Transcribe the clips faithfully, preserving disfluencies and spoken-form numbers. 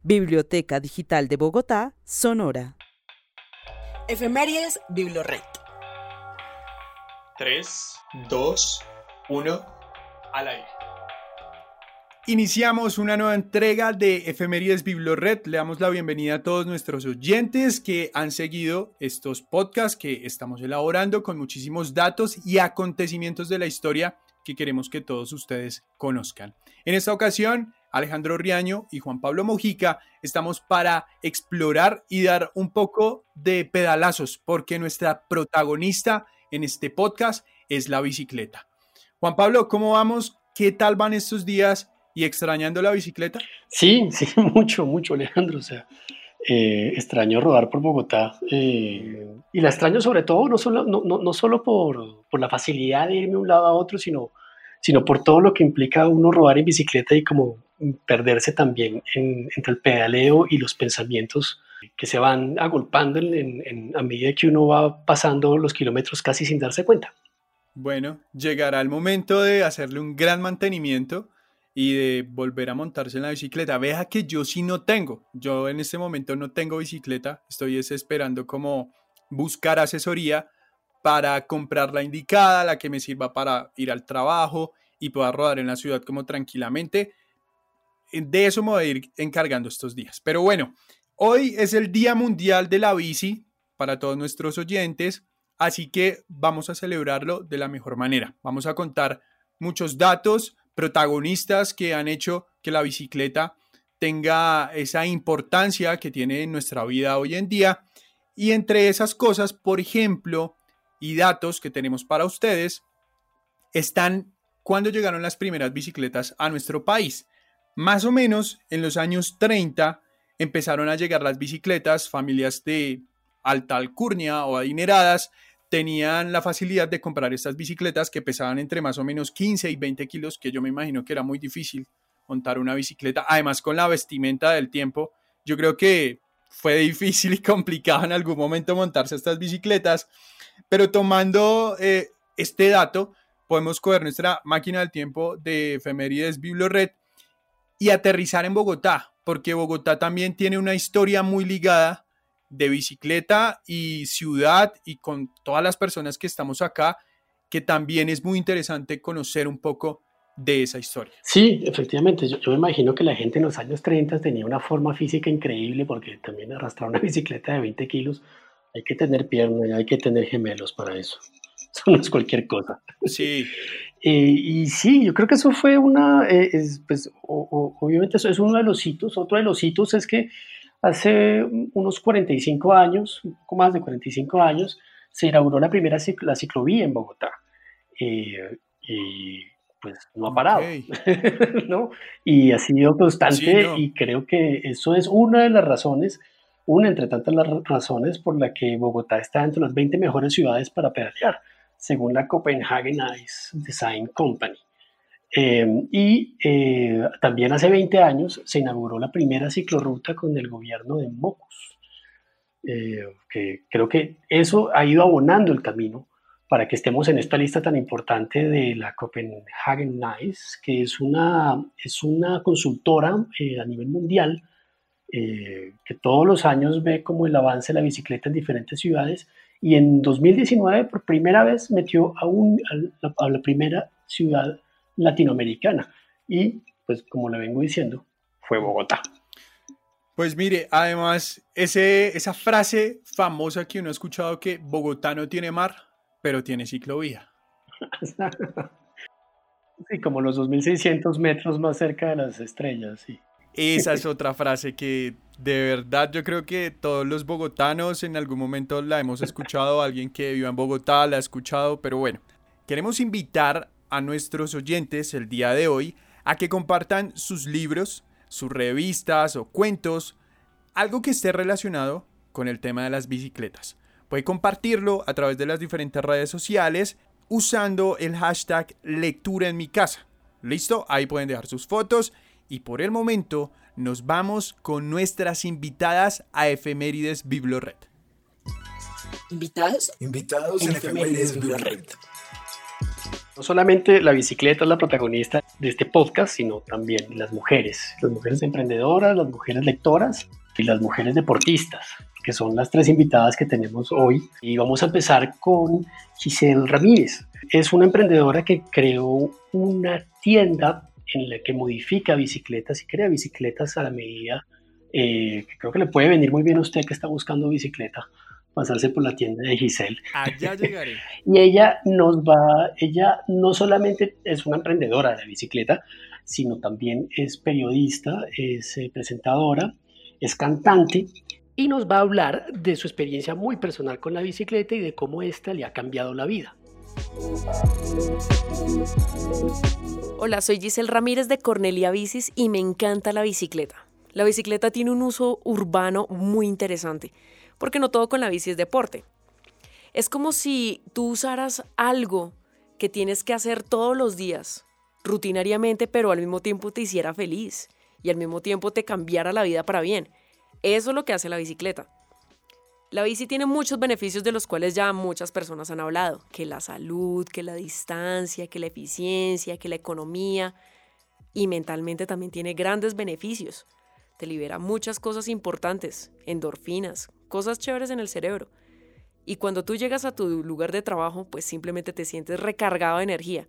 Biblioteca Digital de Bogotá, Sonora. Efemérides Biblored. tres, dos, uno, al aire. Iniciamos una nueva entrega de Efemérides Biblored. Le damos la bienvenida a todos nuestros oyentes que han seguido estos podcasts que estamos elaborando con muchísimos datos y acontecimientos de la historia que queremos que todos ustedes conozcan. En esta ocasión, Alejandro Riaño y Juan Pablo Mojica estamos para explorar y dar un poco de pedalazos, porque nuestra protagonista en este podcast es la bicicleta. Juan Pablo, ¿cómo vamos? ¿Qué tal van estos días? ¿Y extrañando la bicicleta? Sí, sí, mucho, mucho, Alejandro. O sea, eh, extraño rodar por Bogotá. Eh, y la extraño sobre todo, no solo, no, no, no solo por, por la facilidad de irme de un lado a otro, sino, sino por todo lo que implica uno rodar en bicicleta y como perderse también en, entre el pedaleo y los pensamientos que se van agolpando en, en, en, a medida que uno va pasando los kilómetros casi sin darse cuenta. Bueno, llegará el momento de hacerle un gran mantenimiento y de volver a montarse en la bicicleta. Vea que yo sí no tengo, yo en este momento no tengo bicicleta, estoy esperando como buscar asesoría para comprar la indicada, la que me sirva para ir al trabajo y pueda rodar en la ciudad como tranquilamente. De eso me voy a ir encargando estos días. Pero bueno, hoy es el Día Mundial de la Bici para todos nuestros oyentes, así que vamos a celebrarlo de la mejor manera. Vamos a contar muchos datos, protagonistas que han hecho que la bicicleta tenga esa importancia que tiene en nuestra vida hoy en día. Y entre esas cosas, por ejemplo, y datos que tenemos para ustedes, están cuando llegaron las primeras bicicletas a nuestro país. Más o menos en los años treinta empezaron a llegar las bicicletas. Familias de alta alcurnia o adineradas tenían la facilidad de comprar estas bicicletas que pesaban entre más o menos quince y veinte kilos, que yo me imagino que era muy difícil montar una bicicleta. Además, con la vestimenta del tiempo, yo creo que fue difícil y complicado en algún momento montarse estas bicicletas. Pero tomando eh, este dato, podemos coger nuestra máquina del tiempo de Efemérides Biblored y aterrizar en Bogotá, porque Bogotá también tiene una historia muy ligada de bicicleta y ciudad, y con todas las personas que estamos acá, que también es muy interesante conocer un poco de esa historia. Sí, efectivamente, yo, yo me imagino que la gente en los años treinta tenía una forma física increíble, porque también arrastrar una bicicleta de veinte kilos, hay que tener piernas, hay que tener gemelos para eso. Eso no es cualquier cosa. Sí. eh, y sí, yo creo que eso fue una, eh, es, pues, o, o, obviamente eso es uno de los hitos. Otro de los hitos es que hace unos cuarenta y cinco años, un poco más de cuarenta y cinco años, se inauguró la primera ciclo, la ciclovía en Bogotá. Eh, y pues no ha parado, Okay. ¿no? Y ha sido constante, Sí, no. y creo que eso es una de las razones, una entre tantas las razones por la que Bogotá está entre las veinte mejores ciudades para pedalear, según la Copenhagen Ice Design Company. Eh, y eh, también hace veinte años se inauguró la primera ciclorruta con el gobierno de Mocus, eh, que creo que eso ha ido abonando el camino para que estemos en esta lista tan importante de la Copenhagen Ice, que es una, es una consultora eh, a nivel mundial eh, que todos los años ve como el avance de la bicicleta en diferentes ciudades, y en dos mil diecinueve por primera vez metió a, un, a, la, a la primera ciudad latinoamericana, y pues como le vengo diciendo, fue Bogotá. Pues mire, además ese, esa frase famosa que uno ha escuchado, que Bogotá no tiene mar, pero tiene ciclovía. Sí, como los dos mil seiscientos metros más cerca de las estrellas, sí. Esa es otra frase que de verdad yo creo que todos los bogotanos en algún momento la hemos escuchado, alguien que viva en Bogotá la ha escuchado, pero bueno, queremos invitar a nuestros oyentes el día de hoy a que compartan sus libros, sus revistas o cuentos, algo que esté relacionado con el tema de las bicicletas. Puede compartirlo a través de las diferentes redes sociales usando el hashtag lectura en mi casa. ¿Listo? Ahí pueden dejar sus fotos. Y por el momento nos vamos con nuestras invitadas a Efemérides Biblored. ¿Invitados? Invitados en, en Efemérides Biblored. No solamente la bicicleta es la protagonista de este podcast, sino también las mujeres, las mujeres emprendedoras, las mujeres lectoras y las mujeres deportistas, que son las tres invitadas que tenemos hoy. Y vamos a empezar con Giselle Ramírez. Es una emprendedora que creó una tienda en la que modifica bicicletas y crea bicicletas a la medida. Eh, creo que le puede venir muy bien a usted que está buscando bicicleta, pasarse por la tienda de Giselle. Allá llegaré. Y ella nos va, ella no solamente es una emprendedora de la bicicleta, sino también es periodista, es eh, presentadora, es cantante y nos va a hablar de su experiencia muy personal con la bicicleta y de cómo esta le ha cambiado la vida. Hola, soy Giselle Ramírez de Cornelia Bicis y me encanta la bicicleta. La bicicleta tiene un uso urbano muy interesante, porque no todo con la bici es deporte. Es como si tú usaras algo que tienes que hacer todos los días, rutinariamente, pero al mismo tiempo te hiciera feliz y al mismo tiempo te cambiara la vida para bien. Eso es lo que hace la bicicleta. La bici tiene muchos beneficios de los cuales ya muchas personas han hablado, que la salud, que la distancia, que la eficiencia, que la economía, y mentalmente también tiene grandes beneficios. Te libera muchas cosas importantes, endorfinas, cosas chéveres en el cerebro. Y cuando tú llegas a tu lugar de trabajo, pues simplemente te sientes recargado de energía.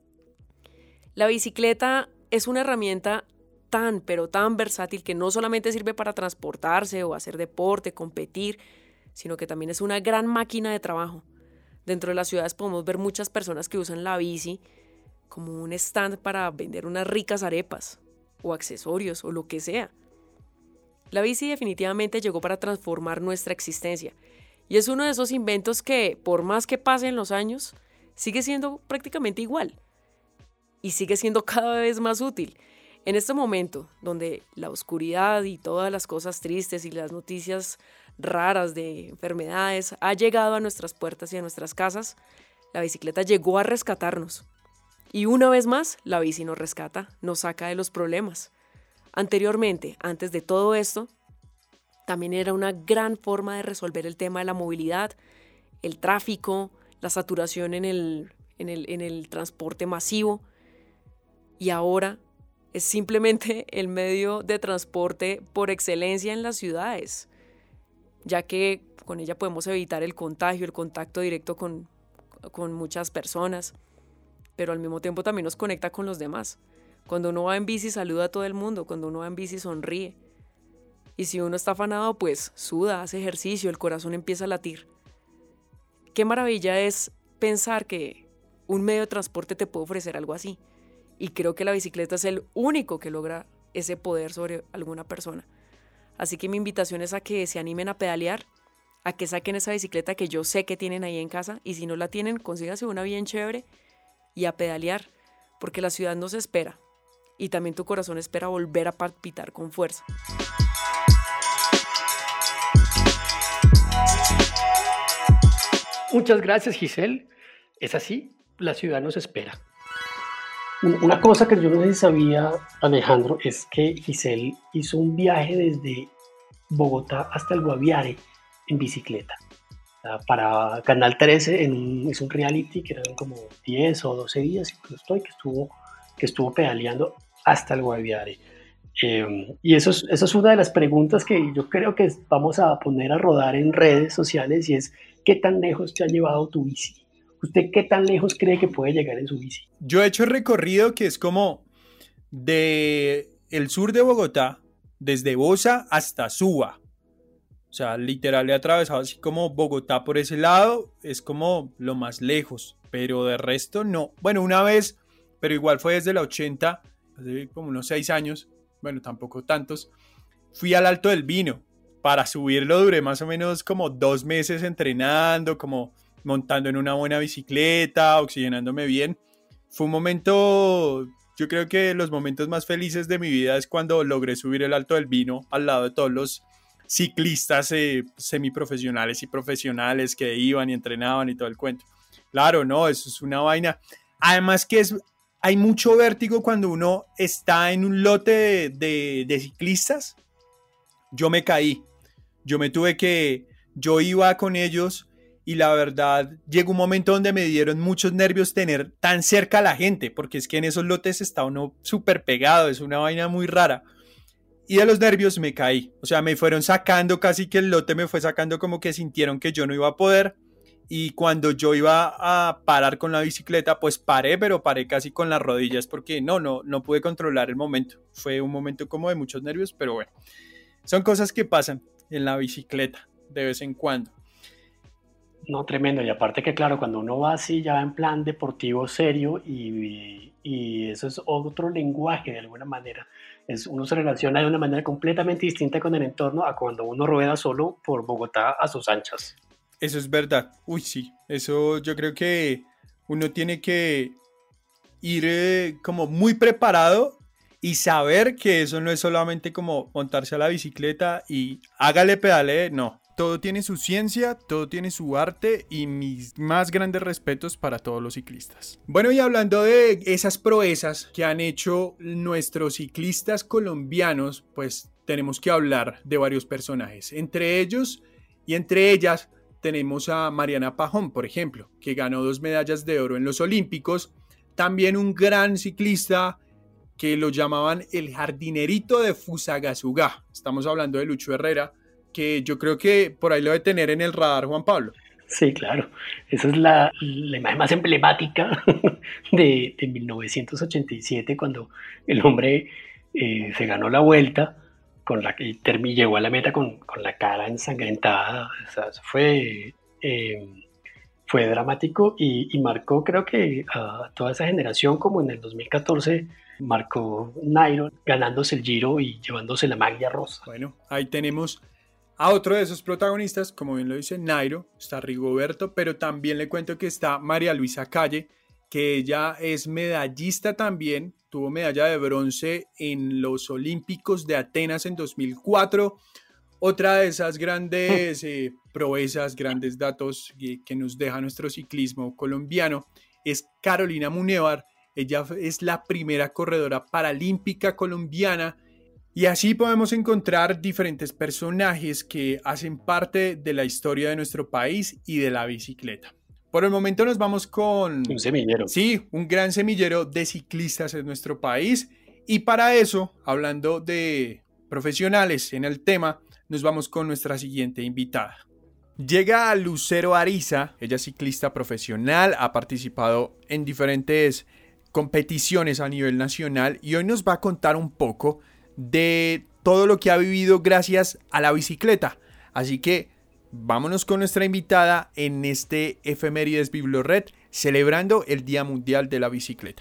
La bicicleta es una herramienta tan, pero tan versátil que no solamente sirve para transportarse o hacer deporte, competir, sino que también es una gran máquina de trabajo. Dentro de las ciudades podemos ver muchas personas que usan la bici como un stand para vender unas ricas arepas o accesorios o lo que sea. La bici definitivamente llegó para transformar nuestra existencia y es uno de esos inventos que, por más que pasen los años, sigue siendo prácticamente igual y sigue siendo cada vez más útil. En este momento, donde la oscuridad y todas las cosas tristes y las noticias raras de enfermedades ha llegado a nuestras puertas y a nuestras casas, la bicicleta llegó a rescatarnos. Y una vez más, la bici nos rescata, nos saca de los problemas. Anteriormente, antes de todo esto, también era una gran forma de resolver el tema de la movilidad, el tráfico, la saturación en el, en el, en el transporte masivo. Y ahora es simplemente el medio de transporte por excelencia en las ciudades, ya que con ella podemos evitar el contagio, el contacto directo con, con muchas personas, pero al mismo tiempo también nos conecta con los demás. Cuando uno va en bici saluda a todo el mundo, cuando uno va en bici sonríe. Y si uno está afanado, pues suda, hace ejercicio, el corazón empieza a latir. Qué maravilla es pensar que un medio de transporte te puede ofrecer algo así. Y creo que la bicicleta es el único que logra ese poder sobre alguna persona. Así que mi invitación es a que se animen a pedalear, a que saquen esa bicicleta que yo sé que tienen ahí en casa, y si no la tienen, consíganse una bien chévere y a pedalear, porque la ciudad nos espera y también tu corazón espera volver a palpitar con fuerza. Muchas gracias, Giselle. Es así, la ciudad nos espera. Una cosa que yo no sé si sabía, Alejandro, es que Giselle hizo un viaje desde Bogotá hasta el Guaviare en bicicleta. Para Canal trece en un, es un reality que eran como diez o doce días incluso estoy, que, estuvo, que estuvo pedaleando hasta el Guaviare. Eh, y eso es, eso es una de las preguntas que yo creo que vamos a poner a rodar en redes sociales, y es ¿qué tan lejos te ha llevado tu bici? ¿Usted qué tan lejos cree que puede llegar en su bici? Yo he hecho el recorrido que es como de el sur de Bogotá, desde Bosa hasta Suba. O sea, literal he atravesado así como Bogotá por ese lado, es como lo más lejos, pero de resto no. Bueno, una vez, pero igual fue desde la ochenta, hace como unos seis años, bueno, tampoco tantos, fui al Alto del Vino. Para subirlo duré más o menos como dos meses entrenando, como montando en una buena bicicleta, oxigenándome bien. Fue un momento, yo creo que los momentos más felices de mi vida es cuando logré subir el Alto del Vino al lado de todos los ciclistas eh, semiprofesionales y profesionales que iban y entrenaban y todo el cuento. Claro, no, eso es una vaina. Además que es, hay mucho vértigo cuando uno está en un lote de, de, de ciclistas. Yo me caí, yo me tuve que, yo iba con ellos y la verdad llegó un momento donde me dieron muchos nervios tener tan cerca a la gente, porque es que en esos lotes está uno súper pegado, es una vaina muy rara. Y de los nervios me caí, o sea, me fueron sacando, casi que el lote me fue sacando, como que sintieron que yo no iba a poder. Y cuando yo iba a parar con la bicicleta, pues paré, pero paré casi con las rodillas porque no, no, no pude controlar el momento. Fue un momento como de muchos nervios, pero bueno, son cosas que pasan en la bicicleta de vez en cuando. No, tremendo. Y aparte que claro, cuando uno va así, ya va en plan deportivo serio y, y eso es otro lenguaje de alguna manera. Es, uno se relaciona de una manera completamente distinta con el entorno a cuando uno rueda solo por Bogotá a sus anchas. Eso es verdad. Uy, sí. Eso yo creo que uno tiene que ir eh, como muy preparado y saber que eso no es solamente como montarse a la bicicleta y hágale pedale, no. Todo tiene su ciencia, todo tiene su arte y mis más grandes respetos para todos los ciclistas. Bueno, y hablando de esas proezas que han hecho nuestros ciclistas colombianos, pues tenemos que hablar de varios personajes. Entre ellos y entre ellas tenemos a Mariana Pajón, por ejemplo, que ganó dos medallas de oro en los Olímpicos. También un gran ciclista que lo llamaban el jardinerito de Fusagasugá. Estamos hablando de Lucho Herrera, que yo creo que por ahí lo debe tener en el radar Juan Pablo. Sí, claro. Esa es la, la imagen más emblemática de, de mil novecientos ochenta y siete, cuando el hombre eh, se ganó la vuelta con la, y termi, llegó a la meta con, con la cara ensangrentada. O sea, eso fue, eh, fue dramático y, y marcó, creo que a toda esa generación, como en el dos mil catorce marcó Nairo, ganándose el Giro y llevándose la maglia rosa. Bueno, ahí tenemos a otro de esos protagonistas, como bien lo dice Nairo, está Rigoberto, pero también le cuento que está María Luisa Calle, que ella es medallista también, tuvo medalla de bronce en los Olímpicos de Atenas en dos mil cuatro. Otra de esas grandes eh, proezas, grandes datos que, que nos deja nuestro ciclismo colombiano es Carolina Munevar. Ella es la primera corredora paralímpica colombiana. Y así podemos encontrar diferentes personajes que hacen parte de la historia de nuestro país y de la bicicleta. Por el momento nos vamos con... Un semillero. Sí, un gran semillero de ciclistas en nuestro país. Y para eso, hablando de profesionales en el tema, nos vamos con nuestra siguiente invitada. Llega Lucero Ariza, ella es ciclista profesional, ha participado en diferentes competiciones a nivel nacional y hoy nos va a contar un poco de todo lo que ha vivido gracias a la bicicleta. Así que vámonos con nuestra invitada en este Efemérides Biblored, celebrando el Día Mundial de la Bicicleta.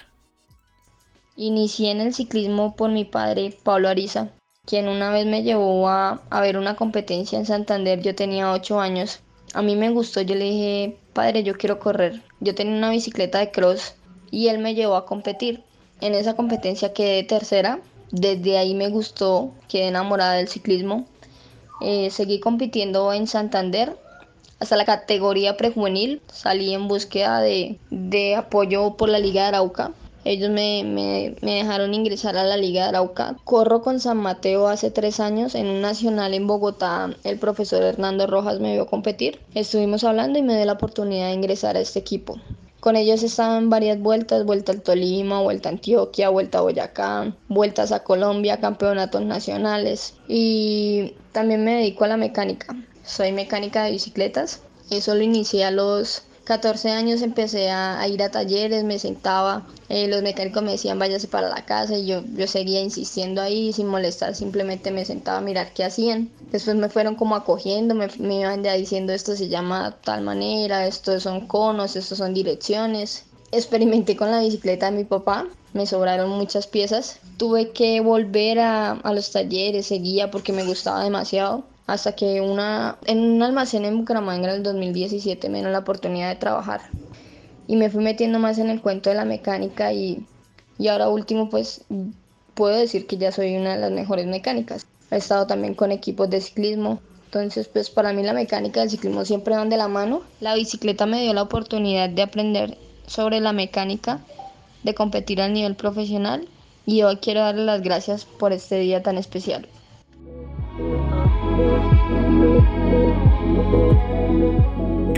Inicié en el ciclismo por mi padre, Pablo Ariza, quien una vez me llevó a, a ver una competencia en Santander. Yo tenía ocho años. A mí me gustó, yo le dije, padre, yo quiero correr. Yo tenía una bicicleta de cross y él me llevó a competir. En esa competencia quedé tercera. Desde ahí me gustó, quedé enamorada del ciclismo. Eh, seguí compitiendo en Santander hasta la categoría prejuvenil. Salí en búsqueda de, de apoyo por la Liga de Arauca. Ellos me, me, me dejaron ingresar a la Liga de Arauca. Corro con San Mateo hace tres años en un nacional en Bogotá. El profesor Hernando Rojas me vio competir. Estuvimos hablando y me dio la oportunidad de ingresar a este equipo. Con ellos estaban varias vueltas, vuelta al Tolima, vuelta a Antioquia, vuelta a Boyacá, vueltas a Colombia, campeonatos nacionales. Y también me dedico a la mecánica. Soy mecánica de bicicletas. Eso lo inicié a los catorce años, empecé a, a ir a talleres, me sentaba, eh, los mecánicos me decían váyase para la casa y yo, yo seguía insistiendo ahí sin molestar, simplemente me sentaba a mirar qué hacían. Después me fueron como acogiendo, me, me iban ya diciendo esto se llama tal manera, estos son conos, estos son direcciones. Experimenté con la bicicleta de mi papá, me sobraron muchas piezas, tuve que volver a, a los talleres, seguía porque me gustaba demasiado. Hasta que una, en un almacén en Bucaramanga en el dos mil diecisiete me dieron la oportunidad de trabajar y me fui metiendo más en el cuento de la mecánica y, y ahora último pues puedo decir que ya soy una de las mejores mecánicas. He estado también con equipos de ciclismo, entonces pues para mí la mecánica y el ciclismo siempre van de la mano. La bicicleta me dio la oportunidad de aprender sobre la mecánica, de competir a nivel profesional y hoy quiero darle las gracias por este día tan especial.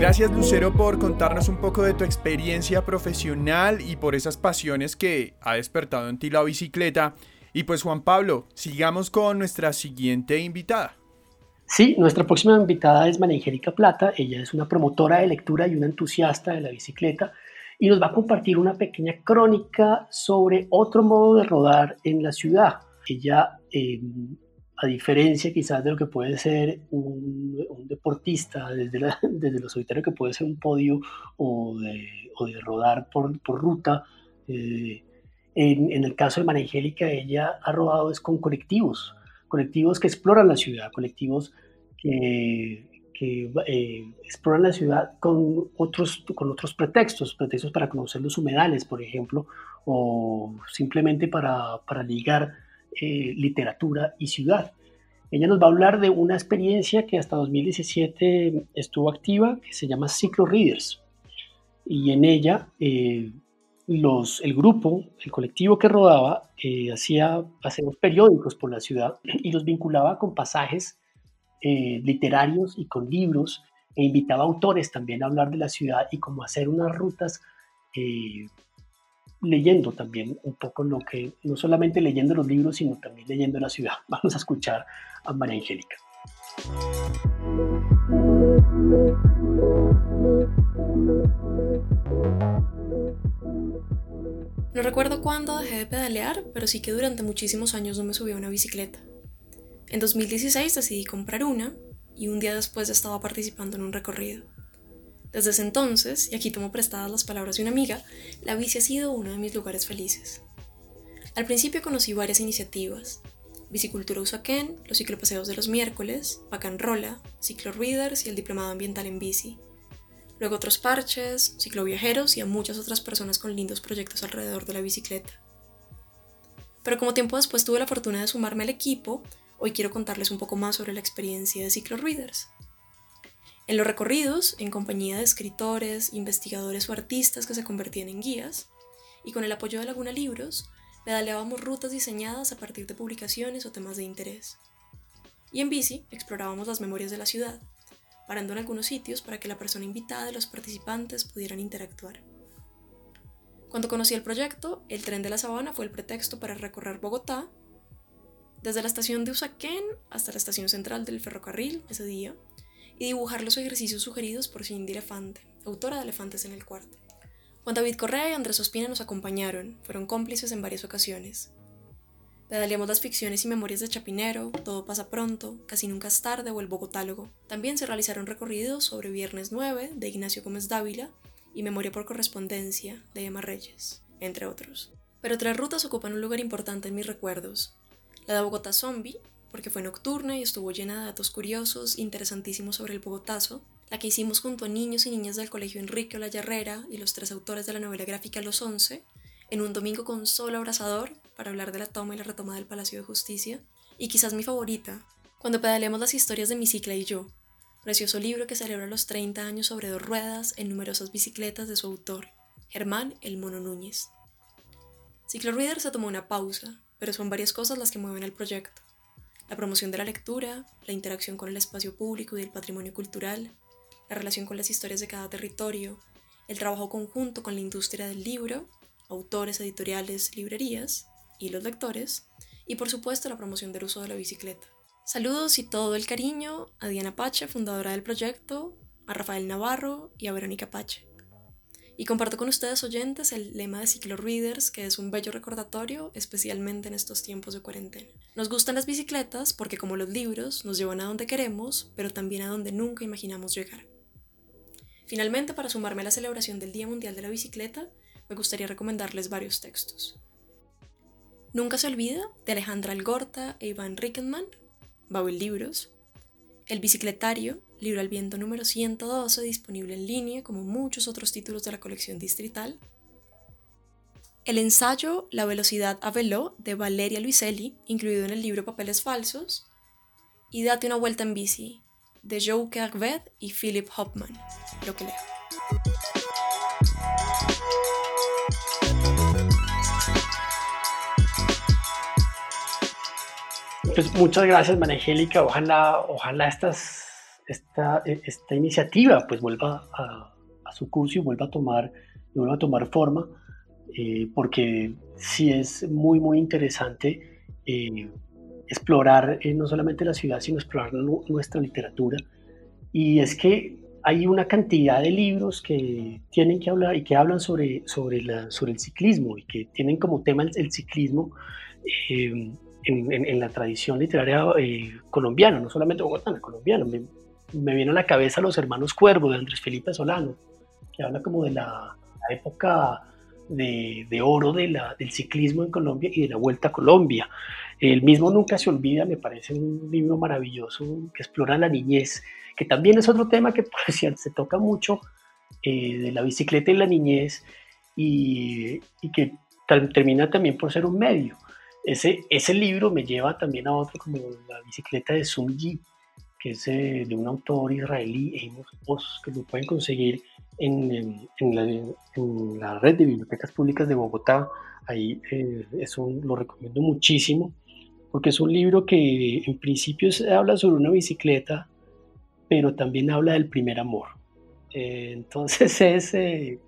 Gracias, Lucero, por contarnos un poco de tu experiencia profesional y por esas pasiones que ha despertado en ti la bicicleta. Y pues, Juan Pablo, sigamos con nuestra siguiente invitada. Sí, nuestra próxima invitada es María Angélica Plata. Ella es una promotora de lectura y una entusiasta de la bicicleta y nos va a compartir una pequeña crónica sobre otro modo de rodar en la ciudad. Ella, eh, a diferencia quizás de lo que puede ser un, un deportista desde, la, desde lo solitario que puede ser un podio o de, o de rodar por, por ruta, eh, en, en el caso de María Angélica, ella ha rodado es con colectivos, colectivos que exploran la ciudad, colectivos que, que eh, exploran la ciudad con otros, con otros pretextos, pretextos para conocer los humedales, por ejemplo, o simplemente para, para ligar eh, literatura y ciudad. Ella nos va a hablar de una experiencia que hasta dos mil diecisiete estuvo activa, que se llama Ciclo Readers, y en ella eh, Los, el grupo, el colectivo que rodaba, eh, hacía paseos periódicos por la ciudad y los vinculaba con pasajes eh, literarios y con libros, e invitaba a autores también a hablar de la ciudad y cómo hacer unas rutas eh, leyendo también un poco lo que, no solamente leyendo los libros, sino también leyendo la ciudad. Vamos a escuchar a María Angélica. No recuerdo cuándo dejé de pedalear, pero sí que durante muchísimos años no me subí a una bicicleta. En dos mil dieciséis decidí comprar una y un día después estaba participando en un recorrido. Desde ese entonces, y aquí tomo prestadas las palabras de una amiga, la bici ha sido uno de mis lugares felices. Al principio conocí varias iniciativas: Bicicultura Usaquén, los ciclopaseos de los miércoles, Bacanrola, Ciclo Readers y el Diplomado Ambiental en Bici. Luego otros parches, cicloviajeros y a muchas otras personas con lindos proyectos alrededor de la bicicleta. Pero como tiempo después tuve la fortuna de sumarme al equipo, hoy quiero contarles un poco más sobre la experiencia de Ciclo Readers. En los recorridos, en compañía de escritores, investigadores o artistas que se convertían en guías, y con el apoyo de Laguna Libros, pedaleábamos rutas diseñadas a partir de publicaciones o temas de interés. Y en bici explorábamos las memorias de la ciudad, parando en algunos sitios para que la persona invitada y los participantes pudieran interactuar. Cuando conocí el proyecto, el Tren de la Sabana fue el pretexto para recorrer Bogotá, desde la estación de Usaquén hasta la estación central del ferrocarril ese día, y dibujar los ejercicios sugeridos por Cindy Elefante, autora de Elefantes en el Cuarto. Juan David Correa y Andrés Ospina nos acompañaron, fueron cómplices en varias ocasiones. Pedaleamos las ficciones y memorias de Chapinero, Todo pasa pronto, Casi nunca es tarde o El Bogotálogo. También se realizaron recorridos sobre Viernes nueve de Ignacio Gómez Dávila y Memoria por correspondencia de Emma Reyes, entre otros. Pero tres rutas ocupan un lugar importante en mis recuerdos. La de Bogotá Zombie, porque fue nocturna y estuvo llena de datos curiosos interesantísimos sobre el Bogotazo. La que hicimos junto a niños y niñas del Colegio Enrique Olavarrera y los tres autores de la novela gráfica Los Once, en un domingo con sol abrasador, para hablar de la toma y la retoma del Palacio de Justicia, y quizás mi favorita, cuando pedaleamos las historias de Mi Cicla y yo, precioso libro que celebra los treinta años sobre dos ruedas en numerosas bicicletas de su autor, Germán El Mono Núñez. Ciclo Reader se tomó una pausa, pero son varias cosas las que mueven el proyecto: la promoción de la lectura, la interacción con el espacio público y el patrimonio cultural, la relación con las historias de cada territorio, el trabajo conjunto con la industria del libro, autores, editoriales, librerías y los lectores, y por supuesto la promoción del uso de la bicicleta. Saludos y todo el cariño a Diana Pache, fundadora del proyecto, a Rafael Navarro y a Verónica Pache. Y comparto con ustedes, oyentes, el lema de Ciclo Readers, que es un bello recordatorio, especialmente en estos tiempos de cuarentena. Nos gustan las bicicletas porque, como los libros, nos llevan a donde queremos, pero también a donde nunca imaginamos llegar. Finalmente, para sumarme a la celebración del Día Mundial de la Bicicleta, me gustaría recomendarles varios textos. Nunca se olvida, de Alejandra Algorta e Iván Rickenmann, Babel Libros. El Bicicletario, libro al viento número ciento doce, disponible en línea como muchos otros títulos de la colección distrital. El ensayo La velocidad a velo, de Valeria Luiselli, incluido en el libro Papeles Falsos. Y Date una vuelta en bici, de Joe Kerved y Philip Hopman, lo que leo. Pues muchas gracias, María Angélica. Ojalá, ojalá estas esta, esta iniciativa pues vuelva a, a su curso y vuelva a tomar, vuelva a tomar forma, eh, porque sí es muy, muy interesante eh, explorar eh, no solamente la ciudad, sino explorar nu- nuestra literatura. Y es que hay una cantidad de libros que tienen que hablar y que hablan sobre, sobre, la, sobre el ciclismo y que tienen como tema el, el ciclismo eh, en, en, en la tradición literaria eh, colombiana, no solamente bogotana, colombiana. Me, me viene a la cabeza Los Hermanos Cuervo de Andrés Felipe Solano, que habla como de la, la época de, de oro de la, del ciclismo en Colombia y de la Vuelta a Colombia. El mismo Nunca se olvida, me parece un libro maravilloso que explora la niñez, que también es otro tema que por cierto, se toca mucho, eh, de la bicicleta y la niñez, y, y que tal, termina también por ser un medio. Ese, ese libro me lleva también a otro como La bicicleta de Sun Yi, que es eh, de un autor israelí, Amos Oz, que lo pueden conseguir en, en, en, la, en la red de bibliotecas públicas de Bogotá. Ahí eh, eso lo recomiendo muchísimo, porque es un libro que en principio se habla sobre una bicicleta, pero también habla del primer amor. Eh, entonces es, eh,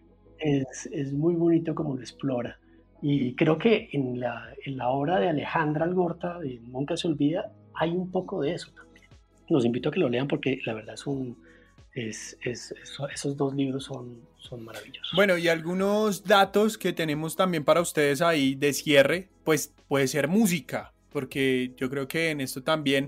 es, es muy bonito como lo explora. Y creo que en la, en la obra de Alejandra Algorta, de Nunca se olvida, hay un poco de eso también. Los invito a que lo lean porque la verdad es un, es, es, es, esos dos libros son, son maravillosos. Bueno, y algunos datos que tenemos también para ustedes ahí de cierre, pues puede ser música, porque yo creo que en esto también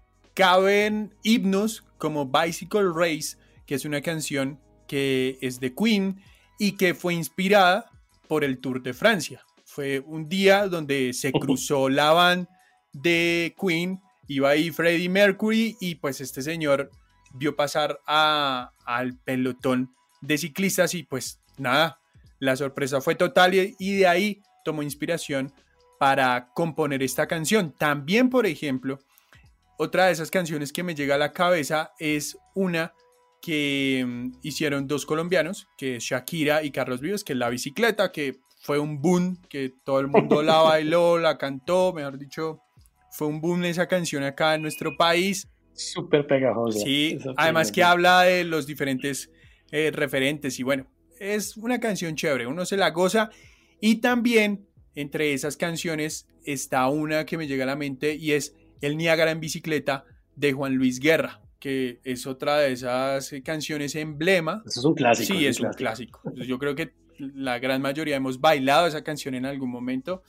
caben himnos como Bicycle Race, que es una canción que es de Queen y que fue inspirada por el Tour de Francia. Fue un día donde se cruzó la van de Queen, iba ahí Freddie Mercury y pues este señor vio pasar a, al pelotón de ciclistas y pues nada, la sorpresa fue total y, y de ahí tomó inspiración para componer esta canción. También, por ejemplo, otra de esas canciones que me llega a la cabeza es una que um, hicieron dos colombianos, que es Shakira y Carlos Vives, que es La Bicicleta, que fue un boom, que todo el mundo la bailó, la cantó, mejor dicho, fue un boom esa canción acá en nuestro país. Súper pegajosa. Sí, además que habla de los diferentes eh, referentes y bueno, es una canción chévere, uno se la goza. Y también entre esas canciones está una que me llega a la mente y es El Niágara en bicicleta de Juan Luis Guerra, que es otra de esas canciones emblema. Eso es un clásico. Sí, es, es un clásico. clásico. Yo creo que la gran mayoría hemos bailado esa canción en algún momento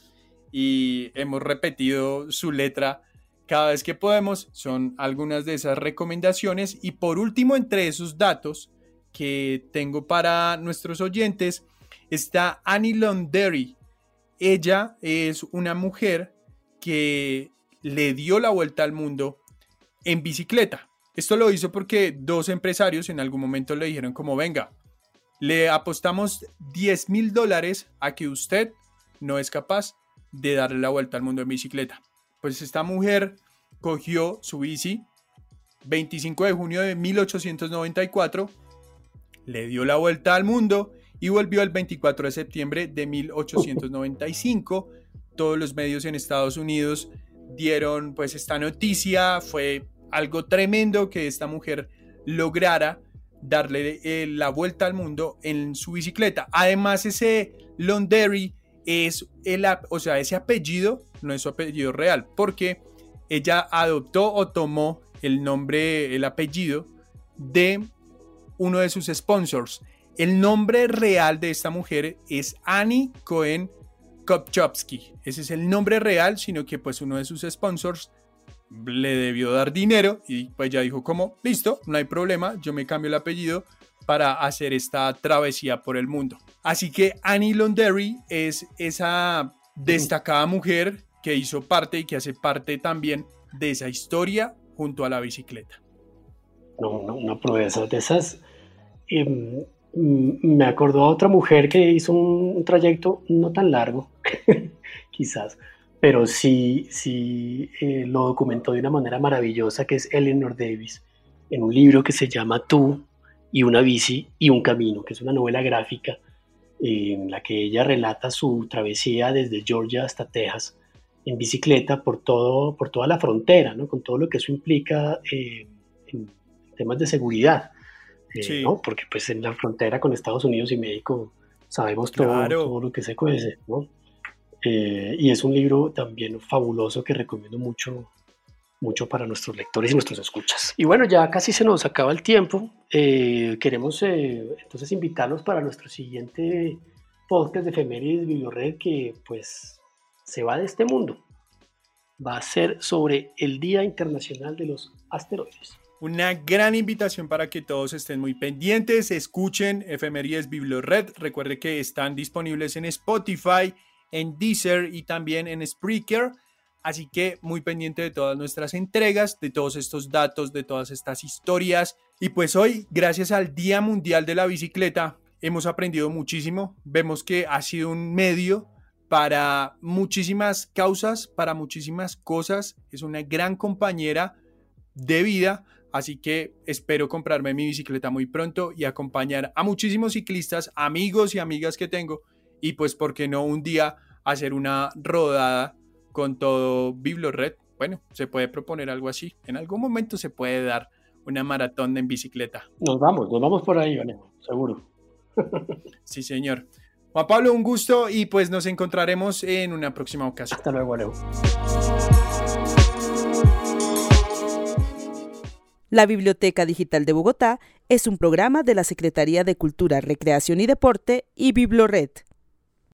y hemos repetido su letra cada vez que podemos. Son algunas de esas recomendaciones. Y por último, entre esos datos que tengo para nuestros oyentes, está Annie Londeri. Ella es una mujer que le dio la vuelta al mundo en bicicleta. Esto lo hizo porque dos empresarios en algún momento le dijeron como venga, le apostamos diez mil dólares a que usted no es capaz de darle la vuelta al mundo en bicicleta. Pues esta mujer cogió su bici veinticinco de junio de mil ochocientos noventa y cuatro, le dio la vuelta al mundo y volvió el veinticuatro de septiembre de mil ochocientos noventa y cinco. Todos los medios en Estados Unidos dieron pues esta noticia, fue algo tremendo que esta mujer lograra darle eh, la vuelta al mundo en su bicicleta. Además ese Londeri es el, o sea, ese apellido no es su apellido real, porque ella adoptó o tomó el nombre, el apellido de uno de sus sponsors. El nombre real de esta mujer es Annie Cohen Kopchowski. Ese es el nombre real, sino que pues uno de sus sponsors le debió dar dinero y pues ya dijo como, listo, no hay problema, yo me cambio el apellido para hacer esta travesía por el mundo. Así que Annie Londeri es esa destacada mujer que hizo parte y que hace parte también de esa historia junto a la bicicleta. No, no, una proeza de esas. Eh, me acordó a otra mujer que hizo un, un trayecto no tan largo, quizás, pero sí, sí eh, lo documentó de una manera maravillosa, que es Eleanor Davis, en un libro que se llama Tú y una bici y un camino, que es una novela gráfica eh, en la que ella relata su travesía desde Georgia hasta Texas en bicicleta por, todo, por toda la frontera, ¿no? Con todo lo que eso implica eh, en, temas de seguridad, eh, Sí. ¿no? Porque pues en la frontera con Estados Unidos y México sabemos todo, Claro. todo lo que se cuece, ¿no? Eh, y es un libro también fabuloso que recomiendo mucho, mucho para nuestros lectores y nuestros escuchas. Y bueno, ya casi se nos acaba el tiempo. Eh, queremos eh, entonces invitarlos para nuestro siguiente podcast de Efemérides Bibliored, que pues se va de este mundo. Va a ser sobre el Día Internacional de los Asteroides. Una gran invitación para que todos estén muy pendientes, escuchen Efemérides Bibliored. Recuerde que están disponibles en Spotify, en Deezer y también en Spreaker. Así que muy pendiente de todas nuestras entregas, de todos estos datos, de todas estas historias. Y pues hoy, gracias al Día Mundial de la Bicicleta, hemos aprendido muchísimo. Vemos que ha sido un medio para muchísimas causas, para muchísimas cosas. Es una gran compañera de vida. Así que espero comprarme mi bicicleta muy pronto y acompañar a muchísimos ciclistas, amigos y amigas que tengo. Y pues, ¿por qué no un día hacer una rodada con todo Bibliored? Bueno, se puede proponer algo así. En algún momento se puede dar una maratón en bicicleta. Nos vamos, nos vamos por ahí, Alejo, seguro. Sí, señor. Juan Pablo, un gusto y pues nos encontraremos en una próxima ocasión. Hasta luego, Alejo. La Biblioteca Digital de Bogotá es un programa de la Secretaría de Cultura, Recreación y Deporte y Bibliored.